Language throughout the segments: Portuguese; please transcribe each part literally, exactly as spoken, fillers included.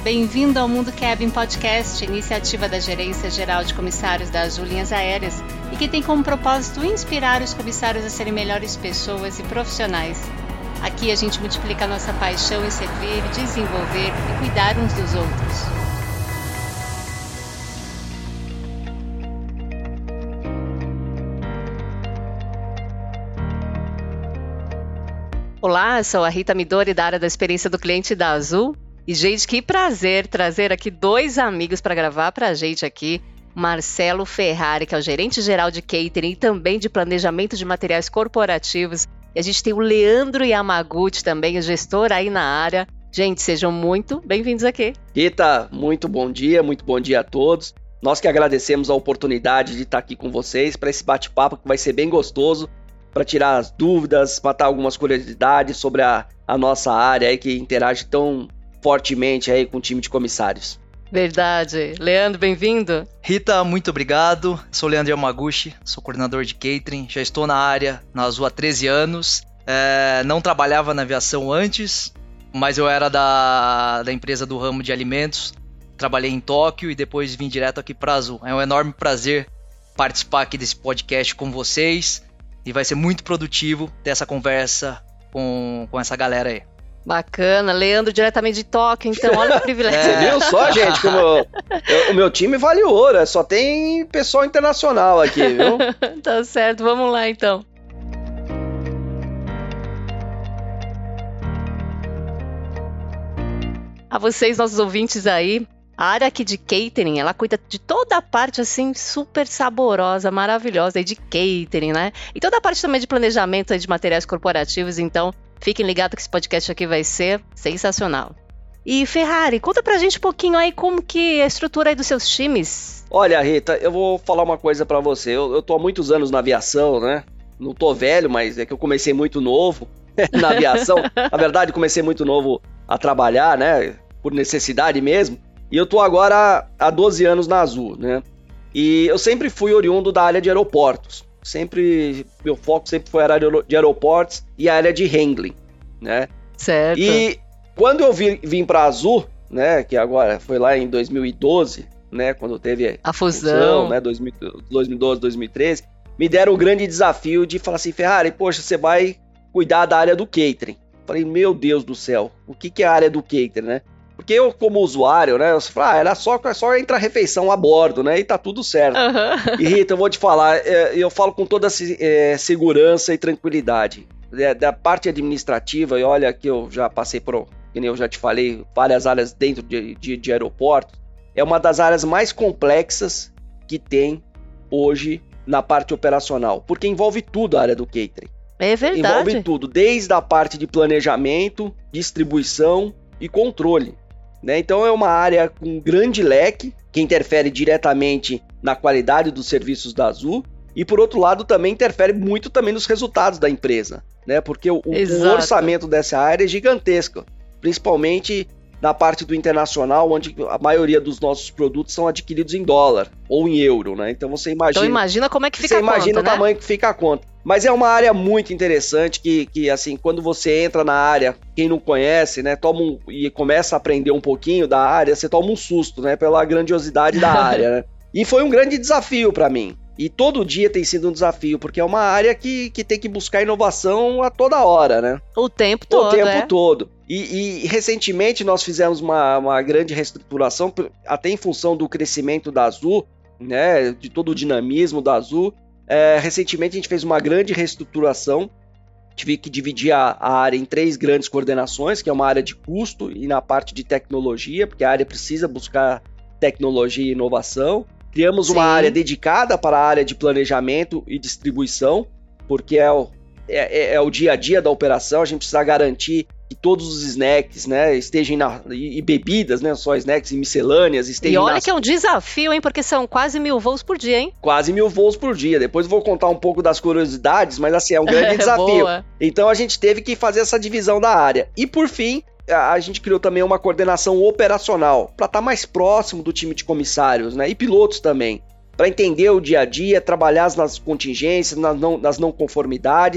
bem-vindo ao Mundo Cabin Podcast, iniciativa da Gerência Geral de Comissários da Azul Linhas Aéreas e que tem como propósito inspirar os comissários a serem melhores pessoas e profissionais. Aqui a gente multiplica a nossa paixão em servir, desenvolver e cuidar uns dos outros. Olá, eu sou a Rita Midori da área da experiência do cliente da Azul. E, gente, que prazer trazer aqui dois amigos para gravar para a gente aqui. Marcelo Ferrari, que é o gerente geral de catering e também de planejamento de materiais corporativos. E a gente tem o Leandro Yamaguchi também, o gestor aí na área. Gente, sejam muito bem-vindos aqui. Rita, muito bom dia, muito bom dia a todos. Nós que agradecemos a oportunidade de estar aqui com vocês para esse bate-papo que vai ser bem gostoso, para tirar as dúvidas, matar algumas curiosidades sobre a, a nossa área aí que interage tão fortemente aí com o time de comissários. Verdade. Leandro, bem-vindo. Rita, muito obrigado. Sou Leandro Yamaguchi, sou coordenador de catering, já estou na área na Azul há treze anos. É, não trabalhava na aviação antes, mas eu era da, da empresa do ramo de alimentos. Trabalhei em Tóquio e depois vim direto aqui para a Azul. É um enorme prazer participar aqui desse podcast com vocês e vai ser muito produtivo ter essa conversa com, com essa galera aí. Bacana, Leandro diretamente de Tóquio, então olha o privilégio. É. Você viu só, gente, como eu, eu, o meu time vale ouro, só tem pessoal internacional aqui, viu? Tá certo, vamos lá então. A vocês, nossos ouvintes aí, a área aqui de catering, ela cuida de toda a parte assim super saborosa, maravilhosa aí de catering, né? E toda a parte também de planejamento aí de materiais corporativos, então fiquem ligados que esse podcast aqui vai ser sensacional. E Ferrari, conta pra gente um pouquinho aí como que é a estrutura aí dos seus times. Olha, Rita, eu vou falar uma coisa pra você. Eu, eu tô há muitos anos na aviação, né? Não tô velho, mas é que eu comecei muito novo na aviação. Na verdade, comecei muito novo a trabalhar, né? Por necessidade mesmo. E eu tô agora há doze anos na Azul, né? E eu sempre fui oriundo da área de aeroportos. Sempre, meu foco sempre foi a área de aeroportos e a área de handling, né? Certo. E quando eu vim, vim para a Azul, né, que agora foi lá em dois mil e doze, né, quando teve a fusão, fusão, né, dois mil e doze, dois mil e treze, me deram o grande desafio de falar assim, Ferrari, poxa, você vai cuidar da área do catering. Falei, meu Deus do céu, o que, que é a área do catering, né? Porque eu, como usuário, né, eu falei, ah, era só, só entrar a refeição a bordo, né, e tá tudo certo. Uhum. E Rita, eu vou te falar, eu falo com toda é, segurança e tranquilidade. Da parte administrativa, e olha que eu já passei por, como eu já te falei, várias áreas dentro de, de, de aeroportos, é uma das áreas mais complexas que tem hoje na parte operacional, porque envolve tudo a área do catering. É verdade. Envolve tudo, desde a parte de planejamento, distribuição e controle. Né? Então é uma área com grande leque, que interfere diretamente na qualidade dos serviços da Azul e, por outro lado, também interfere muito também nos resultados da empresa, né? Porque o, o orçamento dessa área é gigantesco, principalmente na parte do internacional, onde a maioria dos nossos produtos são adquiridos em dólar ou em euro, né? Então você imagina... Então imagina como é que fica a conta, Você imagina o né? tamanho que fica a conta. Mas é uma área muito interessante que, que, assim, quando você entra na área, quem não conhece, né, toma um, e começa a aprender um pouquinho da área, você toma um susto, né, pela grandiosidade da área, né? E foi um grande desafio para mim. E todo dia tem sido um desafio, porque é uma área que, que tem que buscar inovação a toda hora, né? O tempo todo, O tempo é? todo. E, e recentemente nós fizemos uma, uma grande reestruturação, até em função do crescimento da Azul, né, de todo o dinamismo da Azul. É, recentemente a gente fez uma grande reestruturação, tive que dividir a, a área em três grandes coordenações, que é uma área de custo e na parte de tecnologia, porque a área precisa buscar tecnologia e inovação. Criamos Sim. uma área dedicada para a área de planejamento e distribuição, porque é o, é, é o dia a dia da operação, a gente precisa garantir que todos os snacks, né, estejam na, e, e bebidas, né, só snacks e miscelâneas estejam. E olha nas... que é um desafio, hein, porque são quase mil voos por dia, hein? Quase mil voos por dia. Depois eu vou contar um pouco das curiosidades, mas assim, é um grande desafio. Boa. Então a gente teve que fazer essa divisão da área. E por fim, a gente criou também uma coordenação operacional, para estar mais próximo do time de comissários, né, e pilotos também, para entender o dia a dia, trabalhar nas contingências, nas não, nas não conformidades,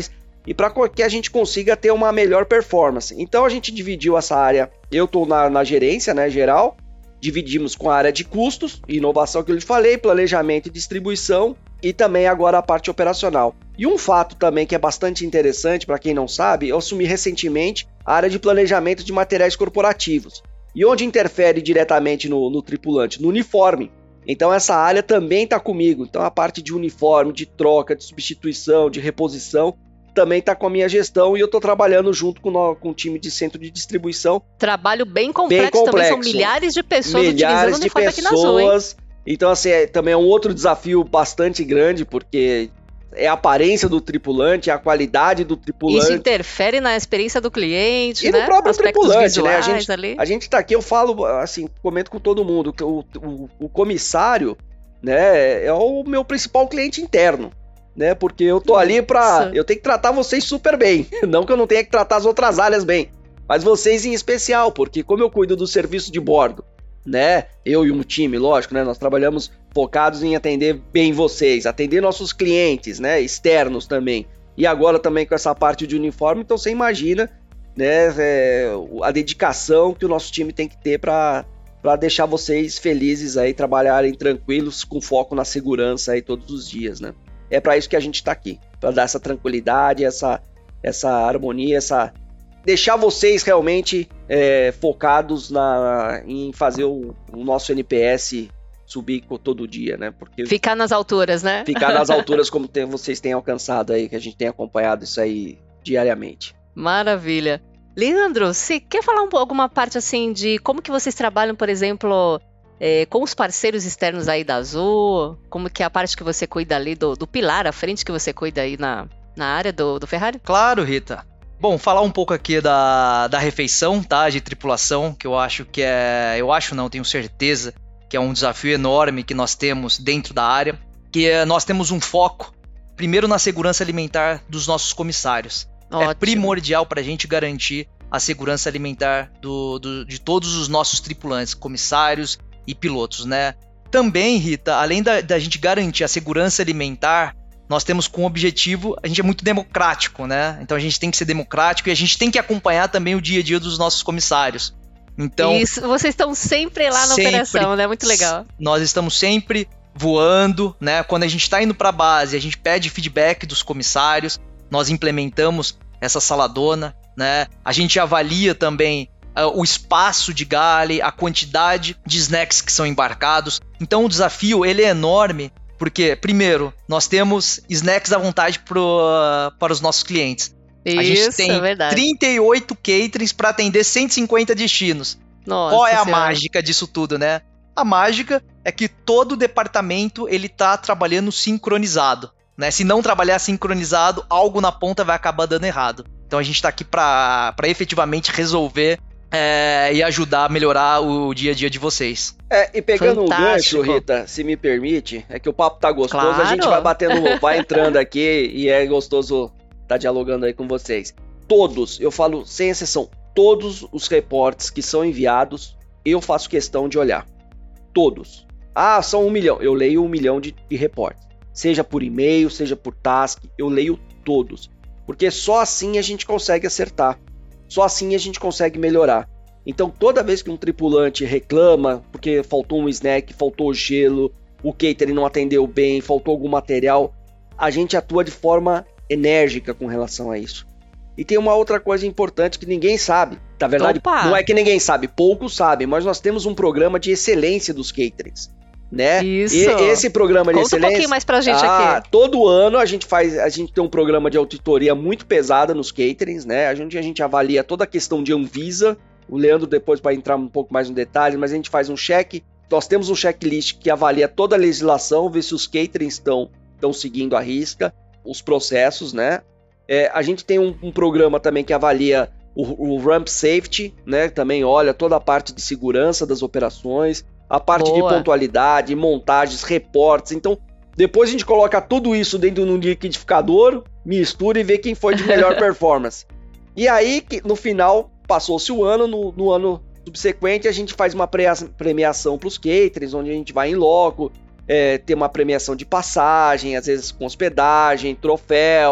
e para que a gente consiga ter uma melhor performance. Então a gente dividiu essa área, eu estou na, na gerência, né, geral, dividimos com a área de custos, inovação que eu lhe falei, planejamento e distribuição, e também agora a parte operacional. E um fato também que é bastante interessante, para quem não sabe, eu assumi recentemente a área de planejamento de materiais corporativos, e onde interfere diretamente no, no tripulante, no uniforme. Então essa área também está comigo, então a parte de uniforme, de troca, de substituição, de reposição, também está com a minha gestão e eu estou trabalhando junto com o, com o time de centro de distribuição. Trabalho bem complexo, bem complexo. Também, são milhares de pessoas milhares utilizando o de uniforme pessoas, aqui na Azul, hein? Então assim, é, também é um outro desafio bastante grande, porque é a aparência do tripulante, é a qualidade do tripulante. Isso interfere na experiência do cliente, e né? no próprio Aspectos tripulante, né? A gente, ali. a gente tá aqui, eu falo, assim, comento com todo mundo, que o, o, o comissário, né, é o meu principal cliente interno. Né, porque eu tô ali pra... Eu tenho que tratar vocês super bem. Não que eu não tenha que tratar as outras áreas bem. Mas vocês em especial, porque como eu cuido do serviço de bordo, né? Eu e um time, lógico, né? Nós trabalhamos focados em atender bem vocês, atender nossos clientes, né? Externos também. E agora também com essa parte de uniforme, então você imagina, né? É, a dedicação que o nosso time tem que ter pra, pra deixar vocês felizes aí, trabalharem tranquilos, com foco na segurança aí todos os dias, né? É para isso que a gente está aqui, para dar essa tranquilidade, essa, essa harmonia, essa deixar vocês realmente é, focados na, em fazer o, o nosso N P S subir todo dia, né? Porque ficar nas alturas, né? Ficar nas alturas como tem, vocês têm alcançado aí, que a gente tem acompanhado isso aí diariamente. Maravilha. Leandro, você quer falar um, alguma parte assim de como que vocês trabalham, por exemplo... É, com os parceiros externos aí da Azul, como que é a parte que você cuida ali do, do pilar, a frente que você cuida aí na, na área do, do Ferrari? Claro, Rita. Bom, falar um pouco aqui da, da refeição, tá, de tripulação, que eu acho que é, eu acho não, tenho certeza, que é um desafio enorme que nós temos dentro da área, que é, nós temos um foco, primeiro na segurança alimentar dos nossos comissários. Ótimo. É primordial para a gente garantir a segurança alimentar do, do, de todos os nossos tripulantes, comissários e pilotos, né? Também, Rita, além da, da gente garantir a segurança alimentar, nós temos como objetivo, a gente é muito democrático, né? Então a gente tem que ser democrático e a gente tem que acompanhar também o dia a dia dos nossos comissários. Então, isso, vocês estão sempre lá na sempre, operação, né? Muito legal. Nós estamos sempre voando, né? Quando a gente está indo para a base, a gente pede feedback dos comissários, nós implementamos essa saladona, né? A gente avalia também o espaço de galley, a quantidade de snacks que são embarcados. Então o desafio ele é enorme, porque, primeiro, nós temos snacks à vontade pro, para os nossos clientes. Isso, a gente tem é trinta e oito caterings para atender cento e cinquenta destinos. Nossa Qual é a senhora. mágica disso tudo, né? A mágica é que todo o departamento ele tá trabalhando sincronizado, né? Se não trabalhar sincronizado, algo na ponta vai acabar dando errado. Então a gente está aqui para efetivamente resolver É, e ajudar a melhorar o dia a dia de vocês. É, e pegando Fantástico. um gancho, Rita, se me permite, é que o papo tá gostoso, Claro. a gente vai batendo, vai entrando aqui e é gostoso tá dialogando aí com vocês. Todos, eu falo sem exceção, todos os reportes que são enviados, eu faço questão de olhar. Todos. Ah, são um milhão. Eu leio um milhão de, de reportes. Seja por e-mail, seja por task, eu leio todos. Porque só assim a gente consegue acertar. Só assim a gente consegue melhorar. Então toda vez que um tripulante reclama porque faltou um snack, faltou gelo, o catering não atendeu bem, faltou algum material, a gente atua de forma enérgica com relação a isso. E tem uma outra coisa importante que ninguém sabe. Na verdade, Opa. não é que ninguém sabe, poucos sabem, mas nós temos um programa de excelência dos caterings. Né? Isso. E esse programa de Conta excelência... um pouquinho mais pra gente ah, aqui. Todo ano a gente faz, a gente tem um programa de auditoria muito pesada nos caterings, né? A gente, a gente avalia toda a questão de Anvisa. O Leandro depois vai entrar um pouco mais no detalhe, mas a gente faz um check. Nós temos um checklist que avalia toda a legislação, vê se os caterings estão, estão seguindo a risca, os processos, né? É, a gente tem um, um programa também que avalia o, o Ramp Safety, né? Também olha toda a parte de segurança das operações, a parte Boa. de pontualidade, montagens, reportes. Então, depois a gente coloca tudo isso dentro de um liquidificador, mistura e vê quem foi de melhor performance. E aí, no final, passou-se o ano, no, no ano subsequente, a gente faz uma premiação para os caterings, onde a gente vai em loco, é, ter uma premiação de passagem, às vezes com hospedagem, troféu,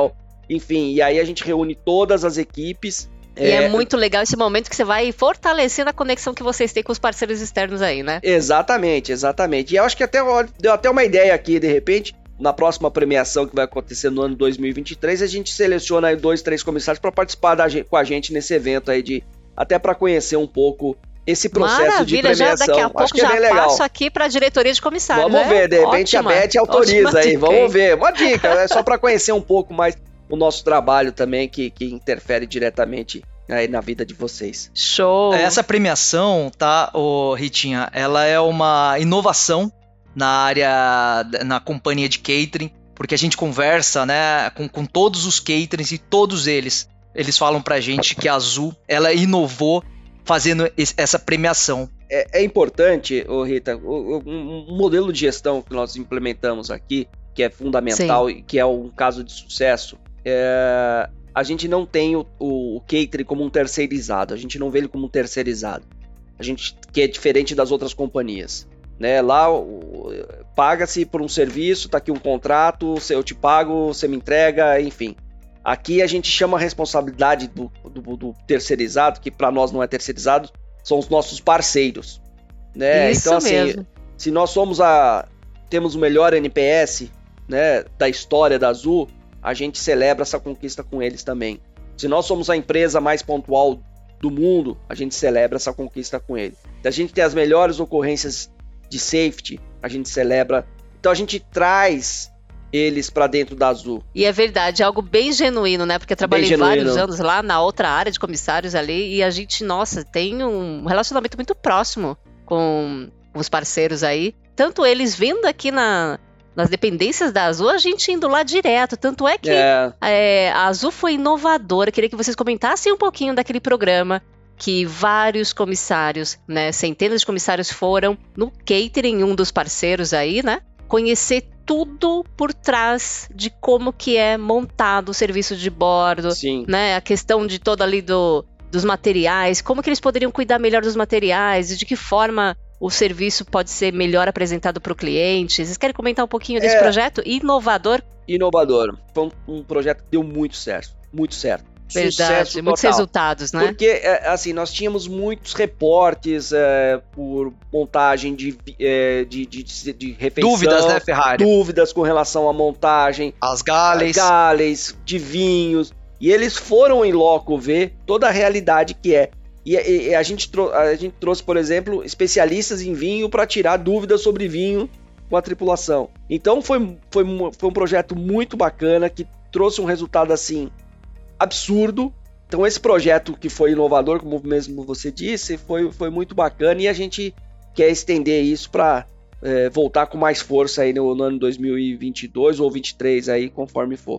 enfim, e aí a gente reúne todas as equipes. E é... é muito legal esse momento que você vai fortalecendo a conexão que vocês têm com os parceiros externos aí, né? Exatamente, exatamente. E eu acho que até deu até uma ideia aqui, de repente, na próxima premiação que vai acontecer no ano dois mil e vinte e três, a gente seleciona aí dois, três comissários para participar da, com a gente nesse evento aí, de, até para conhecer um pouco esse processo Maravilha, de premiação. Já daqui a pouco acho que já é bem legal. Passo aqui para a diretoria de comissários. Vamos né? ver, de repente ótima, a Beth autoriza aí, vamos dica, ver. Uma dica, é só para conhecer um pouco mais o nosso trabalho também, que, que interfere diretamente aí na vida de vocês. Show! Essa premiação, tá, ô, Ritinha, ela é uma inovação na área, na companhia de catering, porque a gente conversa, né, com, com todos os caterings e todos eles, eles falam pra gente que a Azul, ela inovou fazendo esse, essa premiação. É, é importante, ô Rita, o, o, um modelo de gestão que nós implementamos aqui, que é fundamental Sim. e que é um caso de sucesso, é... a gente não tem o, o, o catering como um terceirizado, a gente não vê ele como um terceirizado, a gente, que é diferente das outras companhias, né? Lá paga-se por um serviço, tá aqui um contrato, eu te pago, você me entrega, enfim. Aqui a gente chama a responsabilidade do, do, do terceirizado, que para nós não é terceirizado, são os nossos parceiros, né? Isso então assim, mesmo. Se nós somos a temos o melhor N P S, né, da história da Azul, a gente celebra essa conquista com eles também. Se nós somos a empresa mais pontual do mundo, a gente celebra essa conquista com eles. Se a gente tem as melhores ocorrências de safety, a gente celebra. Então a gente traz eles para dentro da Azul. E é verdade, é algo bem genuíno, né? Porque eu trabalhei vários anos lá na outra área de comissários ali e a gente, nossa, tem um relacionamento muito próximo com os parceiros aí. Tanto eles vindo aqui na... nas dependências da Azul, a gente indo lá direto. Tanto é que é. É, a Azul foi inovadora. Queria que vocês comentassem um pouquinho daquele programa que vários comissários, né, centenas de comissários foram no catering, um dos parceiros aí, né, conhecer tudo por trás de como que é montado o serviço de bordo, Sim. né, a questão de toda ali do, dos materiais, como que eles poderiam cuidar melhor dos materiais e de que forma o serviço pode ser melhor apresentado para o cliente. Vocês querem comentar um pouquinho desse é, projeto inovador? Inovador. Foi um, um projeto que deu muito certo. Muito certo. Verdade, Sucesso muitos total. resultados, né? Porque, assim, nós tínhamos muitos reportes é, por montagem de, é, de, de, de, de refeição. Dúvidas, né, Ferrari? Dúvidas com relação à montagem. As galleys. Galleys, de vinhos. E eles foram em loco ver toda a realidade que é. E, e, e a, gente a gente trouxe, por exemplo, especialistas em vinho para tirar dúvidas sobre vinho com a tripulação. Então foi, foi, foi um projeto muito bacana, que trouxe um resultado assim absurdo. Então esse projeto que foi inovador, como mesmo você disse, foi, foi muito bacana e a gente quer estender isso para é, voltar com mais força aí no, no ano dois mil e vinte e dois ou vinte e três aí, conforme for.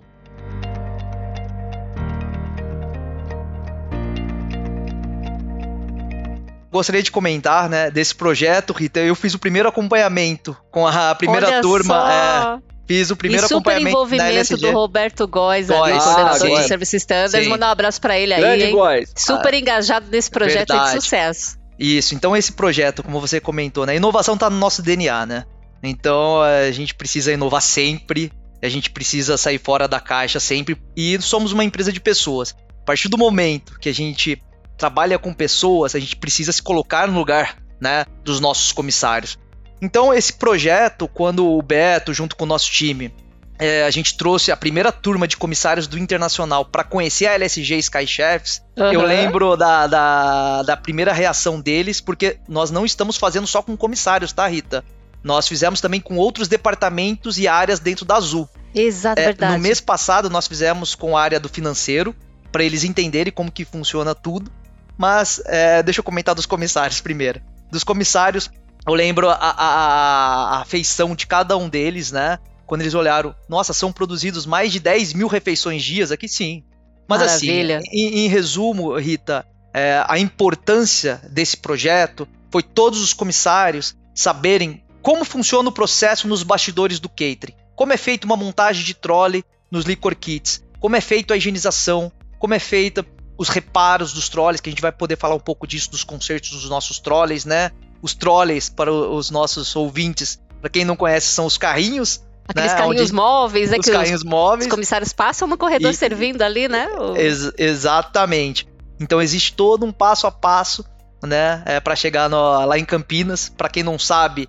Gostaria de comentar, né, desse projeto, Rita. Eu fiz o primeiro acompanhamento com a primeira Olha turma. É, fiz o primeiro e super acompanhamento da L S G. envolvimento do Roberto Góes, Góes. ali, Ah, coordenador sim. do Service Standards. Sim. Mandar um abraço para ele aí, Grande hein? Góes. Super Ah, engajado nesse projeto aí de verdade. sucesso. Isso, então esse projeto, como você comentou, né, a inovação tá no nosso D N A, né? Então a gente precisa inovar sempre, a gente precisa sair fora da caixa sempre, e somos uma empresa de pessoas. A partir do momento que a gente trabalha com pessoas, a gente precisa se colocar no lugar, né, dos nossos comissários. Então esse projeto, quando o Beto, junto com o nosso time, é, a gente trouxe a primeira turma de comissários do Internacional para conhecer a L S G Sky Chefs, uhum. Eu lembro da, da, da primeira reação deles, porque nós não estamos fazendo só com comissários, tá, Rita? Nós fizemos também com outros departamentos e áreas dentro da Azul. Exato, é, verdade. No mês passado nós fizemos com a área do financeiro, para eles entenderem como que funciona tudo. Mas é, deixa eu comentar dos comissários primeiro. Dos comissários, eu lembro a, a, a afeição de cada um deles, né? Quando eles olharam, nossa, são produzidos mais de dez mil refeições dias aqui, sim. Mas Maravilha. assim, em, em resumo, Rita, é, a importância desse projeto foi todos os comissários saberem como funciona o processo nos bastidores do catering. Como é feita uma montagem de trolley nos liquor kits, como é feita a higienização, como é feita os reparos dos trolleys, que a gente vai poder falar um pouco disso, dos concertos dos nossos trolleys, né? Os trolleys, para os nossos ouvintes, para quem não conhece, são os carrinhos, Aqueles né, carrinhos onde... móveis, né? Os que carrinhos os, móveis. Os comissários passam no corredor e... servindo ali, né? O... Ex- exatamente. Então existe todo um passo a passo, né? É, para chegar no, lá em Campinas. Para quem não sabe,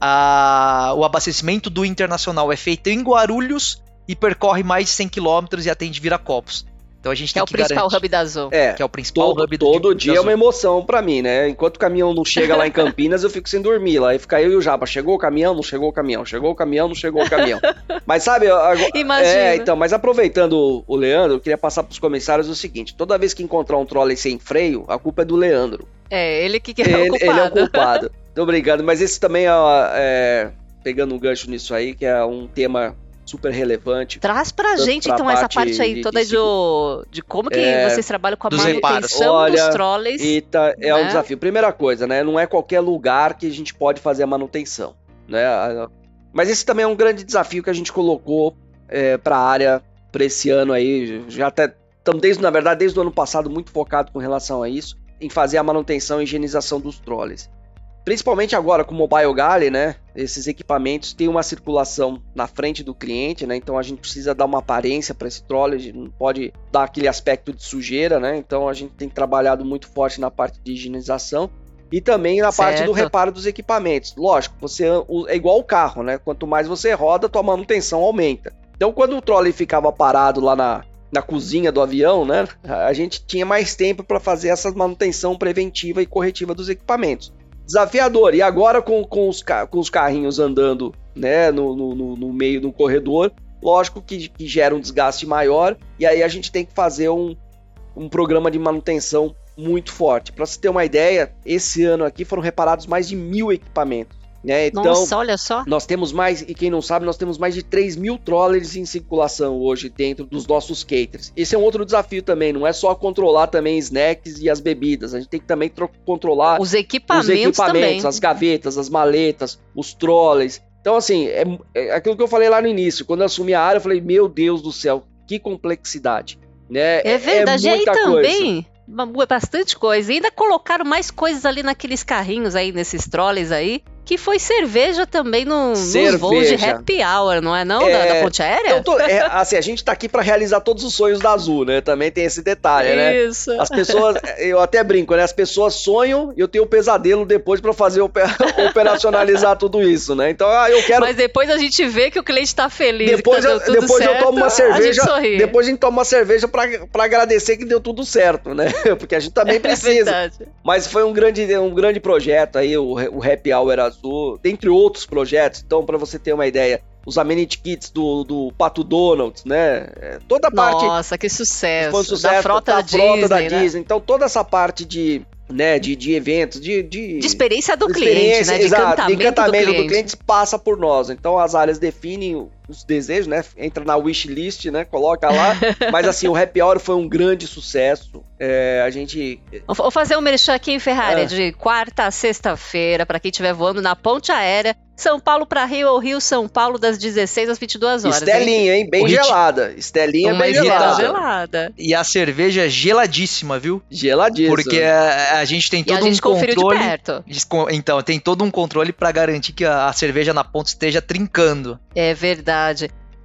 a, o abastecimento do Internacional é feito em Guarulhos e percorre mais de cem quilômetros e atende Viracopos. Então a gente que tem é o que principal garantir, hub da Azul. É, que é o principal todo, hub todo de, dia é uma emoção pra mim, né? Enquanto o caminhão não chega lá em Campinas, eu fico sem dormir lá. E fica eu e o Japa, chegou o caminhão, não chegou o caminhão, chegou o caminhão, não chegou o caminhão. Mas sabe, agora, Imagina. É, então, mas aproveitando o Leandro, eu queria passar pros comissários o seguinte: toda vez que encontrar um trolley sem freio, a culpa é do Leandro. É, ele que é ele, o culpado. Ele é o culpado. Muito obrigado, mas esse também é, é, pegando um gancho nisso aí, que é um tema super relevante. Traz pra gente, pra então, parte essa parte aí de, toda de, de, de como que é, vocês trabalham com a manutenção Olha, dos trolleys. Eita, é né? um desafio. Primeira coisa, né? Não é qualquer lugar que a gente pode fazer a manutenção, né? Mas esse também é um grande desafio que a gente colocou é, para a área para esse ano aí. Já até estamos, desde, na verdade, desde o ano passado, muito focado com relação a isso, em fazer a manutenção e higienização dos trolleys. Principalmente agora com o Mobile Galley, né? Esses equipamentos têm uma circulação na frente do cliente, né? Então a gente precisa dar uma aparência para esse trolley, a gente não pode dar aquele aspecto de sujeira, né? Então a gente tem trabalhado muito forte na parte de higienização e também na certo. parte do reparo dos equipamentos. Lógico, você é igual o carro, né? Quanto mais você roda, tua manutenção aumenta. Então quando o trolley ficava parado lá na, na cozinha do avião, né? A gente tinha mais tempo para fazer essa manutenção preventiva e corretiva dos equipamentos. Desafiador, e agora com, com, os, com os carrinhos andando, né, no, no, no meio do corredor, lógico que, que gera um desgaste maior, e aí a gente tem que fazer um, um programa de manutenção muito forte. Para você ter uma ideia, esse ano aqui foram reparados mais de mil equipamentos. Né? Então, nossa, olha só. Nós temos mais, e quem não sabe, nós temos mais de três mil trollers em circulação hoje dentro dos nossos caters. Esse é um outro desafio também, não é só controlar também snacks e as bebidas, a gente tem que também tro- controlar os equipamentos, os equipamentos também. As gavetas, as maletas, os trolleys. Então assim, é, é aquilo que eu falei lá no início, quando eu assumi a área eu falei, meu Deus do céu, que complexidade. Né? É verdade, é e aí também... coisa. Bastante coisa. E ainda colocaram mais coisas ali naqueles carrinhos aí, nesses trolleys aí, que foi cerveja também no, cerveja. nos voos de happy hour, não é não? É, da, da ponte aérea? Tô, é, assim, a gente tá aqui pra realizar todos os sonhos da Azul, né? Também tem esse detalhe, né? Isso. As pessoas, eu até brinco, né? As pessoas sonham e eu tenho um pesadelo depois pra fazer operacionalizar tudo isso, né? Então, ah, eu quero... Mas depois a gente vê que o cliente tá feliz, depois que tá eu, tudo depois certo, eu tomo uma cerveja, a depois a gente toma uma cerveja pra, pra agradecer que deu tudo certo, né? Porque a gente também precisa. É Mas foi um grande, um grande projeto aí, o, o Happy Hour Azul, dentre outros projetos. Então, para você ter uma ideia, os amenity kits do, do Pato Donald, né? Toda a parte... Nossa, que sucesso. Foi um sucesso da frota da, da frota Disney, da né? Disney. Então, toda essa parte de... Né, de, de eventos, de, de, de experiência do de cliente, experiência, né? De exato, encantamento, de encantamento do, do, cliente. do cliente passa por nós. Então as áreas definem os desejos, né? Entra na wishlist, né? Coloca lá. Mas assim, o Happy Hour foi um grande sucesso. É, a gente... Vou fazer um merchan aqui em Ferrari, Ah. de quarta a sexta-feira, para quem estiver voando na ponte aérea, São Paulo para Rio ou Rio, São Paulo, das dezesseis às vinte e duas horas. Estelinha, hein? Bem O rit- gelada. Estelinha Uma bem gelada. gelada. gelada. E a cerveja geladíssima, viu? Geladíssima. Porque a, a gente tem E todo a gente um conferiu controle. de perto. Então, tem todo um controle para garantir que a, a cerveja na ponta esteja trincando. É verdade.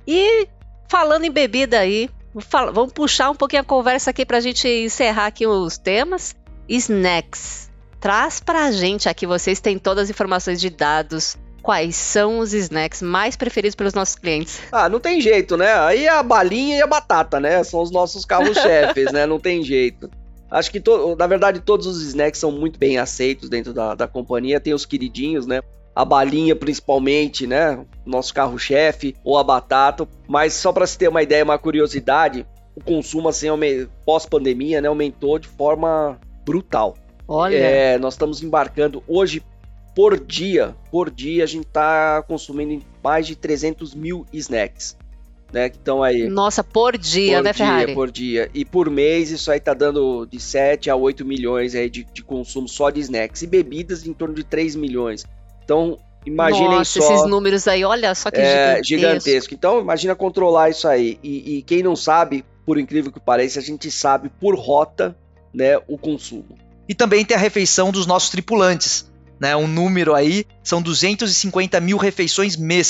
E falando em bebida aí, fala- vamos puxar um pouquinho a conversa aqui pra gente encerrar aqui os temas. Snacks. Traz pra gente aqui, vocês têm todas as informações de dados. Quais são os snacks mais preferidos pelos nossos clientes? Ah, não tem jeito, né? Aí a balinha e a batata, né? São os nossos carros-chefes, né? Não tem jeito. Acho que, to- na verdade, todos os snacks são muito bem aceitos dentro da, da companhia. Tem os queridinhos, né? A balinha, principalmente, né? Nosso carro-chefe, ou a batata. Mas só para se ter uma ideia, uma curiosidade, o consumo, assim, aume- pós-pandemia, né? Aumentou de forma brutal. Olha, É, nós estamos embarcando hoje, por dia, por dia, a gente está consumindo mais de trezentos mil snacks, né? Que estão aí. nossa, por dia, por né, dia, Ferrari? por dia. E por mês, isso aí tá dando de sete a oito milhões aí de, de consumo só de snacks. E bebidas em torno de três milhões. Então, imaginem Nossa, só. esses números aí, olha só que É, gigantesco. gigantesco. Então, imagina controlar isso aí. E, e quem não sabe, por incrível que pareça, a gente sabe por rota, né, o consumo. E também tem a refeição dos nossos tripulantes, né? Um número aí, são duzentos e cinquenta mil refeições mês.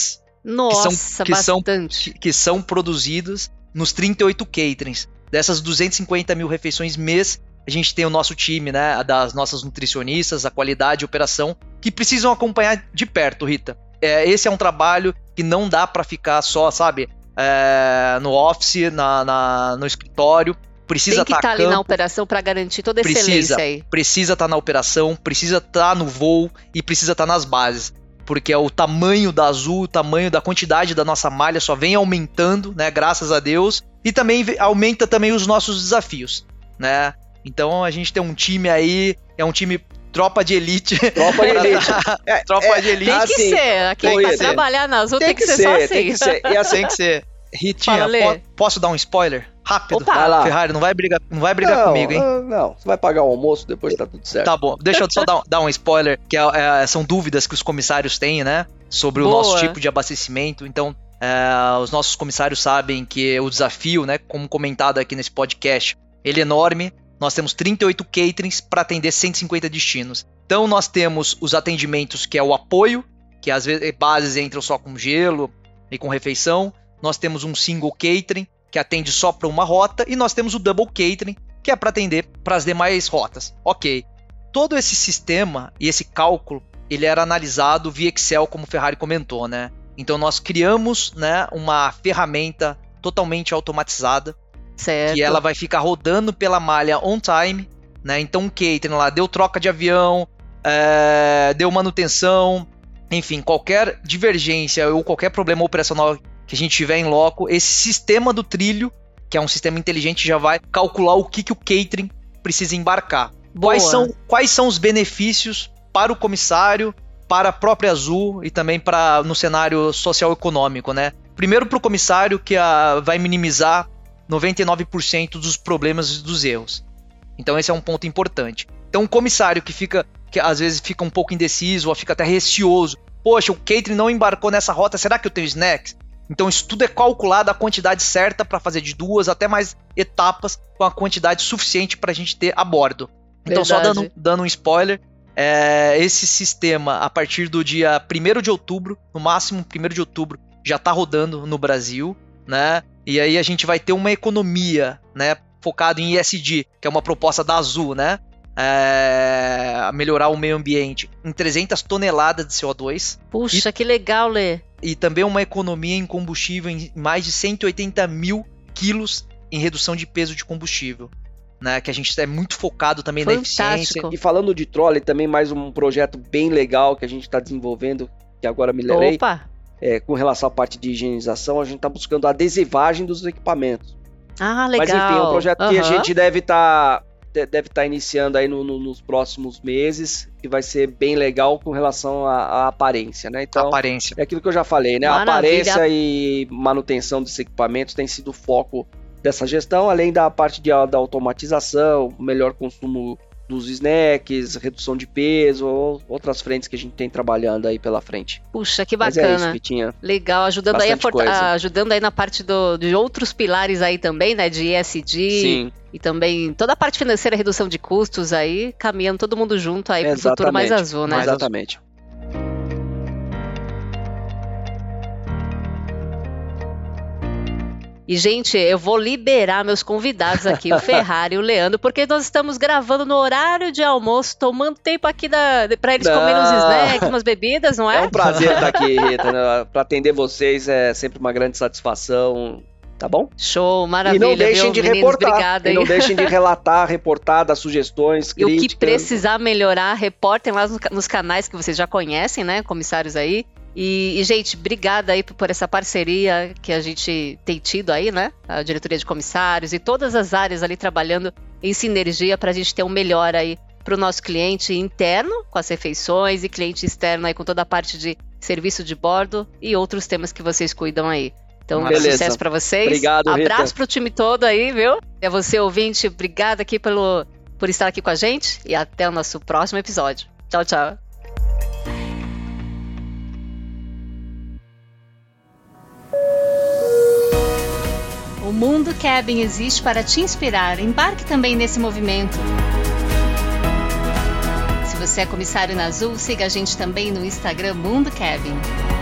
Nossa, que são, que bastante. São, que, que são produzidos nos trinta e oito caterings. Dessas duzentas e cinquenta mil refeições mês, a gente tem o nosso time, né, das nossas nutricionistas, a qualidade e operação, que precisam acompanhar de perto, Rita. É, esse é um trabalho que não dá para ficar só, sabe, é, no office, na, na, no escritório. Precisa tem que estar tá ali campo, na operação para garantir toda a precisa, excelência aí. Precisa estar tá na operação, precisa estar tá no voo e precisa estar tá nas bases. Porque é o tamanho da Azul, o tamanho da quantidade da nossa malha só vem aumentando, né? Graças a Deus. E também aumenta também os nossos desafios, né? Então a gente tem um time aí, é um time tropa de elite. Tropa de elite. é, tropa é, de elite. Tem que assim, ser. Aqui pra ser. trabalhar na Azul tem, tem que, que ser, ser só assim. Tem que ser. E assim tem que ser. Ritinha, po posso dar um spoiler? Rápido. Opa. Vai lá. Ferrari, não vai brigar, não vai brigar não, comigo, hein? Não, não, você vai pagar o almoço, depois tá tudo certo. Tá bom, deixa eu só dar, dar um spoiler, que é, é, são dúvidas que os comissários têm, né? Sobre Boa. o nosso tipo de abastecimento. Então, é, os nossos comissários sabem que o desafio, né, como comentado aqui nesse podcast, ele é enorme. Nós temos trinta e oito caterings para atender cento e cinquenta destinos. Então, nós temos os atendimentos, que é o apoio, que às vezes bases entram só com gelo e com refeição. Nós temos um single catering, que atende só para uma rota, e nós temos o double catering, que é para atender para as demais rotas. Ok. Todo esse sistema e esse cálculo, ele era analisado via Excel, como o Ferrari comentou, né? Então nós criamos, né, uma ferramenta totalmente automatizada, certo. que ela vai ficar rodando pela malha on time, né? Então um catering lá deu troca de avião, é, deu manutenção, enfim, qualquer divergência ou qualquer problema operacional que a gente tiver em loco, esse sistema do trilho, que é um sistema inteligente, já vai calcular o que, que o catering precisa embarcar. Quais são, quais são os benefícios para o comissário, para a própria Azul e também para no cenário social-econômico, né? Primeiro para o comissário, que a, vai minimizar noventa e nove por cento dos problemas e dos erros. Então esse é um ponto importante. Então um comissário que fica, que às vezes fica um pouco indeciso ou fica até receoso, poxa, o catering não embarcou nessa rota, será que eu tenho snacks? Então isso tudo é calculado a quantidade certa para fazer de duas até mais etapas com a quantidade suficiente para a gente ter a bordo. Então Verdade. só dando, dando um spoiler, é, esse sistema a partir do dia primeiro de outubro, no máximo primeiro de outubro, já está rodando no Brasil, né? E aí a gente vai ter uma economia, né, focado em E S G, que é uma proposta da Azul, né? É, melhorar o meio ambiente em trezentas toneladas de C O dois. Puxa, e, que legal, Lê. E também uma economia em combustível em mais de cento e oitenta mil quilos em redução de peso de combustível, né? Que a gente é muito focado também Fantástico. na eficiência. E falando de trolley, também mais um projeto bem legal que a gente está desenvolvendo, que agora me lembrei. Opa! É, com relação à parte de higienização, a gente está buscando a adesivagem dos equipamentos. Ah, legal. Mas enfim, é um projeto uhum. que a gente deve estar... Tá... deve estar iniciando aí no, no, nos próximos meses, que vai ser bem legal com relação à, à aparência, né? Então, aparência. É aquilo que eu já falei, né? Maravilha. A aparência e manutenção desses equipamentos tem sido o foco dessa gestão, além da parte de, da automatização, melhor consumo dos snacks, redução de peso, ou outras frentes que a gente tem trabalhando aí pela frente. Puxa, que bacana. Mas é isso, Vitinha. Legal, ajudando aí, a, ajudando aí na parte do, de outros pilares aí também, né, de E S G. Sim. E também toda a parte financeira, redução de custos aí, caminhando todo mundo junto aí para o futuro mais azul, né? Exatamente. E, gente, eu vou liberar meus convidados aqui, o Ferrari e o Leandro, porque nós estamos gravando no horário de almoço, tomando tempo aqui para eles não. comerem uns snacks, umas bebidas, não é? É um prazer estar aqui, Rita, né? Para atender vocês é sempre uma grande satisfação, tá bom? Show, maravilha, E não deixem viu, de meninos, reportar, obrigada, e não deixem de relatar, reportar, dar sugestões, e críticas. E o que precisar melhorar, reportem lá nos canais que vocês já conhecem, né, comissários aí. E, e, gente, obrigada aí por essa parceria que a gente tem tido aí, né? A diretoria de comissários e todas as áreas ali trabalhando em sinergia para a gente ter um melhor aí para o nosso cliente interno, com as refeições, e cliente externo aí com toda a parte de serviço de bordo e outros temas que vocês cuidam aí. Então, Beleza. sucesso para vocês. Obrigado, Abraço para o time todo aí, viu? E a você, ouvinte, obrigada aqui pelo, por estar aqui com a gente e até o nosso próximo episódio. Tchau, tchau. O Mundo Cabin existe para te inspirar. Embarque também nesse movimento. Se você é comissário na Azul, siga a gente também no Instagram Mundo Cabin.